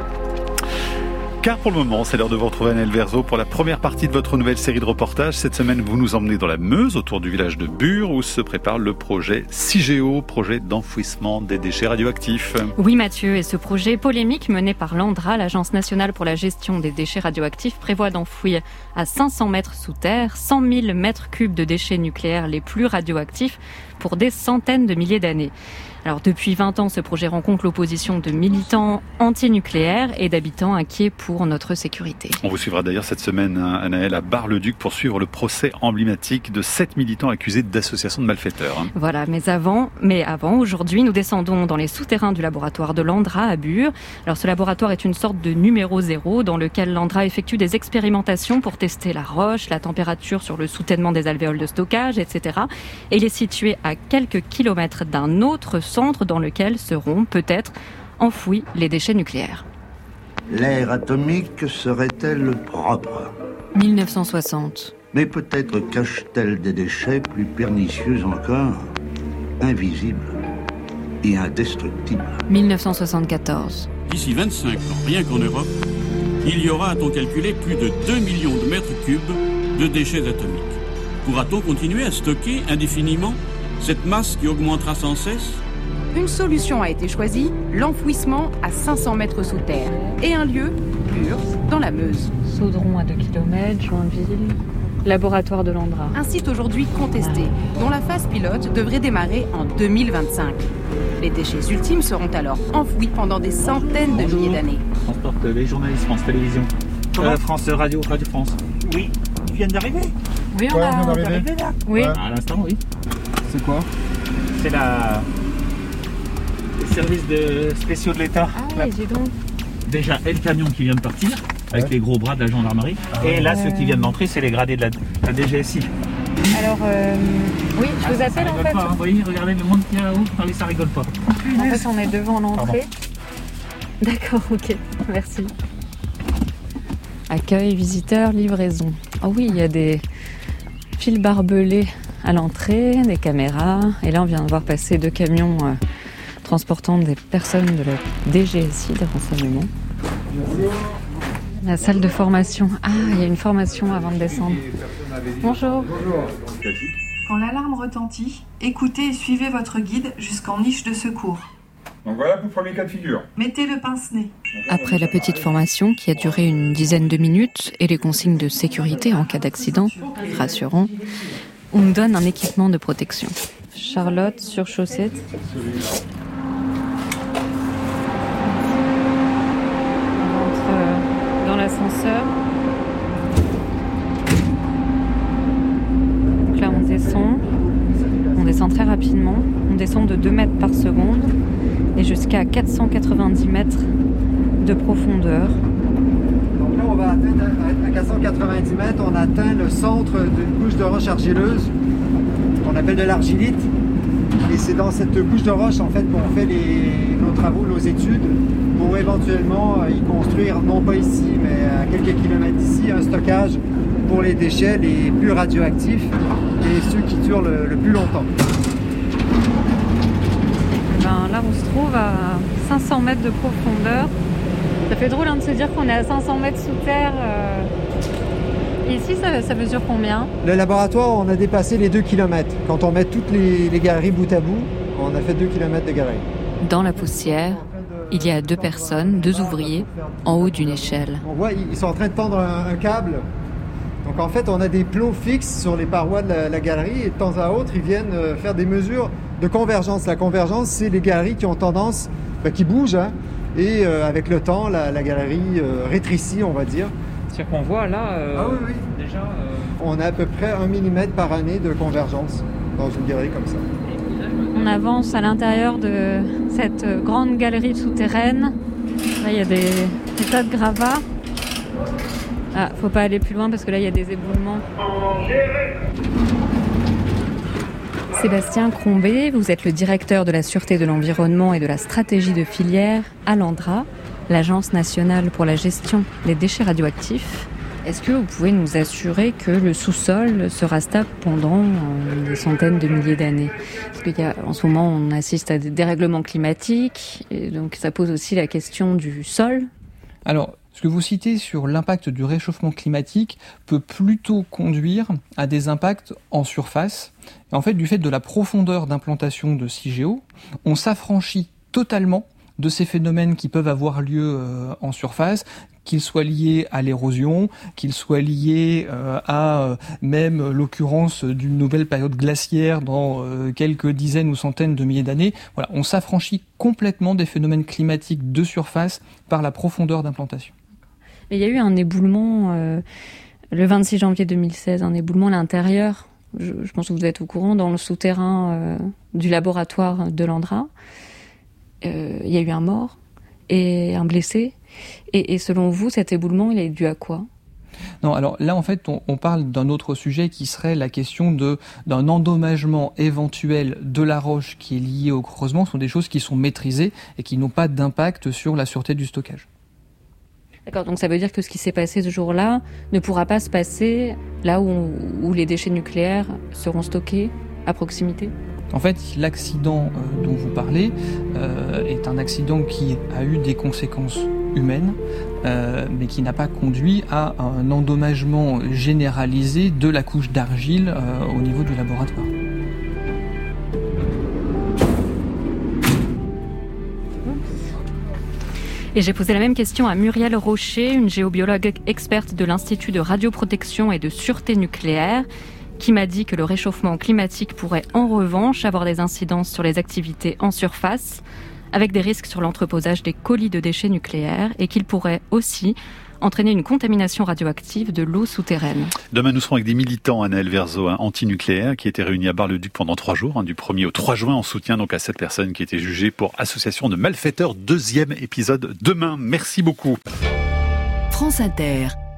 Car pour le moment, c'est l'heure de vous retrouver Anaël Verzo pour la première partie de votre nouvelle série de reportages. Cette semaine, vous nous emmenez dans la Meuse, autour du village de Bure, où se prépare le projet CIGEO, projet d'enfouissement des déchets radioactifs. Oui Mathieu, et ce projet polémique mené par l'ANDRA, l'Agence nationale pour la gestion des déchets radioactifs, prévoit d'enfouir à 500 mètres sous terre 100 000 mètres cubes de déchets nucléaires les plus radioactifs pour des centaines de milliers d'années. Alors depuis 20 ans, ce projet rencontre l'opposition de militants anti-nucléaires et d'habitants inquiets pour notre sécurité. On vous suivra d'ailleurs cette semaine, Anaël, à Bar-le-Duc pour suivre le procès emblématique de 7 militants accusés d'association de malfaiteurs. Voilà, mais avant, aujourd'hui, nous descendons dans les souterrains du laboratoire de l'ANDRA à Bure. Alors ce laboratoire est une sorte de numéro 0 dans lequel l'ANDRA effectue des expérimentations pour tester la roche, la température sur le soutènement des alvéoles de stockage, etc. Et il est situé à quelques kilomètres d'un autre centre dans lequel seront peut-être enfouis les déchets nucléaires. L'ère atomique serait-elle propre ? 1960. Mais peut-être cache-t-elle des déchets plus pernicieux encore, invisibles et indestructibles. 1974. D'ici 25 ans, rien qu'en Europe, il y aura, a-t-on calculé, plus de 2 millions de mètres cubes de déchets atomiques. Pourra-t-on continuer à stocker indéfiniment cette masse qui augmentera sans cesse ? Une solution a été choisie, l'enfouissement à 500 mètres sous terre. Et un lieu, Bure, dans la Meuse. Saudron à 2 km, Joinville, laboratoire de l'ANDRA. Un site aujourd'hui contesté, dont la phase pilote devrait démarrer en 2025. Les déchets ultimes seront alors enfouis pendant des centaines de milliers d'années. Transporte les journalistes France Télévisions. France Radio France. Oui, ils viennent d'arriver. Oui, on vient d'arriver là. Oui. À l'instant, oui. C'est quoi ? C'est les services spéciaux de l'État. Ah oui, dis donc. Déjà, et le camion qui vient de partir, avec les gros bras de la gendarmerie. Et là, ceux qui viennent d'entrer, c'est les gradés de la DGSI. Alors, oui, je vous appelle en fait. Pas, hein. Vous voyez, regardez le monde qu'il y a là-haut, parlez, ça rigole pas. En fait, on est devant l'entrée. D'accord, ok, merci. Accueil, visiteurs, livraison. Oh oui, il y a des fils barbelés à l'entrée, des caméras. Et là, on vient de voir passer 2 camions transportant des personnes de la DGSI, des renseignements. La salle de formation. Ah, il y a une formation avant de descendre. Bonjour. Quand l'alarme retentit, écoutez et suivez votre guide jusqu'en niche de secours. Donc voilà pour le premier cas de figure. Mettez le pince-nez. Après la petite formation qui a duré une dizaine de minutes et les consignes de sécurité en cas d'accident, rassurant, on nous donne un équipement de protection. Charlotte sur chaussette. On rentre dans l'ascenseur. Donc là on descend. On descend très rapidement. On descend de 2 mètres par seconde et jusqu'à 490 mètres de profondeur. Donc là, on va atteindre à 490 mètres, on atteint le centre d'une couche de roche argileuse qu'on appelle de l'argilite. Et c'est dans cette couche de roche en fait qu'on fait nos travaux, nos études pour éventuellement y construire, non pas ici, mais à quelques kilomètres d'ici, un stockage pour les déchets les plus radioactifs et ceux qui durent le plus longtemps. Là, on se trouve à 500 mètres de profondeur. Ça fait drôle de se dire qu'on est à 500 mètres sous terre. Ici, ça mesure combien ? Le laboratoire, on a dépassé les 2 km. Quand on met toutes les galeries bout à bout, on a fait 2 km de galeries. Dans la poussière, il y a 2 personnes, 2 ouvriers, en haut d'une échelle. On voit, ils sont en train de tendre un câble. Donc en fait, on a des plots fixes sur les parois de la galerie et de temps à autre, ils viennent faire des mesures de convergence. La convergence, c'est les galeries qui ont tendance, qui bougent, hein, et avec le temps, la galerie rétrécit, on va dire. C'est-à-dire qu'on voit là, oui. déjà... On a à peu près 1 mm par année de convergence dans une galerie comme ça. On avance à l'intérieur de cette grande galerie souterraine. Là, il y a des tas de gravats. Ah, faut pas aller plus loin parce que là, il y a des éboulements. Sébastien Crombé, vous êtes le directeur de la Sûreté de l'Environnement et de la stratégie de filière à l'ANDRA, l'Agence nationale pour la gestion des déchets radioactifs. Est-ce que vous pouvez nous assurer que le sous-sol sera stable pendant des centaines de milliers d'années ? Parce qu'en ce moment, on assiste à des dérèglements climatiques, et donc ça pose aussi la question du sol. Alors, ce que vous citez sur l'impact du réchauffement climatique peut plutôt conduire à des impacts en surface. Et en fait, du fait de la profondeur d'implantation de CIGEO, on s'affranchit totalement de ces phénomènes qui peuvent avoir lieu en surface, qu'ils soient liés à l'érosion, qu'ils soient liés à même l'occurrence d'une nouvelle période glaciaire dans quelques dizaines ou centaines de milliers d'années. Voilà, on s'affranchit complètement des phénomènes climatiques de surface par la profondeur d'implantation. Il y a eu un éboulement le 26 janvier 2016, un éboulement à l'intérieur, je pense que vous êtes au courant, dans le souterrain du laboratoire de l'Andra. Il y a eu un mort et un blessé. Et selon vous, cet éboulement, il est dû à quoi ? Non, alors là, en fait, on parle d'un autre sujet qui serait la question d'un endommagement éventuel de la roche qui est lié au creusement. Ce sont des choses qui sont maîtrisées et qui n'ont pas d'impact sur la sûreté du stockage. D'accord, donc ça veut dire que ce qui s'est passé ce jour-là ne pourra pas se passer là où les déchets nucléaires seront stockés à proximité ? En fait, l'accident dont vous parlez est un accident qui a eu des conséquences humaines, mais qui n'a pas conduit à un endommagement généralisé de la couche d'argile au niveau du laboratoire. Et j'ai posé la même question à Muriel Rocher, une géobiologue experte de l'Institut de radioprotection et de sûreté nucléaire, qui m'a dit que le réchauffement climatique pourrait en revanche avoir des incidences sur les activités en surface, avec des risques sur l'entreposage des colis de déchets nucléaires, et qu'il pourrait aussi entraîner une contamination radioactive de l'eau souterraine. Demain, nous serons avec des militants, Anaël Verzo, anti-nucléaires, qui étaient réunis à Bar-le-Duc pendant 3 jours, du 1er au 3 juin, en soutien donc à cette personne qui était jugée pour association de malfaiteurs. 2e épisode demain. Merci beaucoup. France Inter.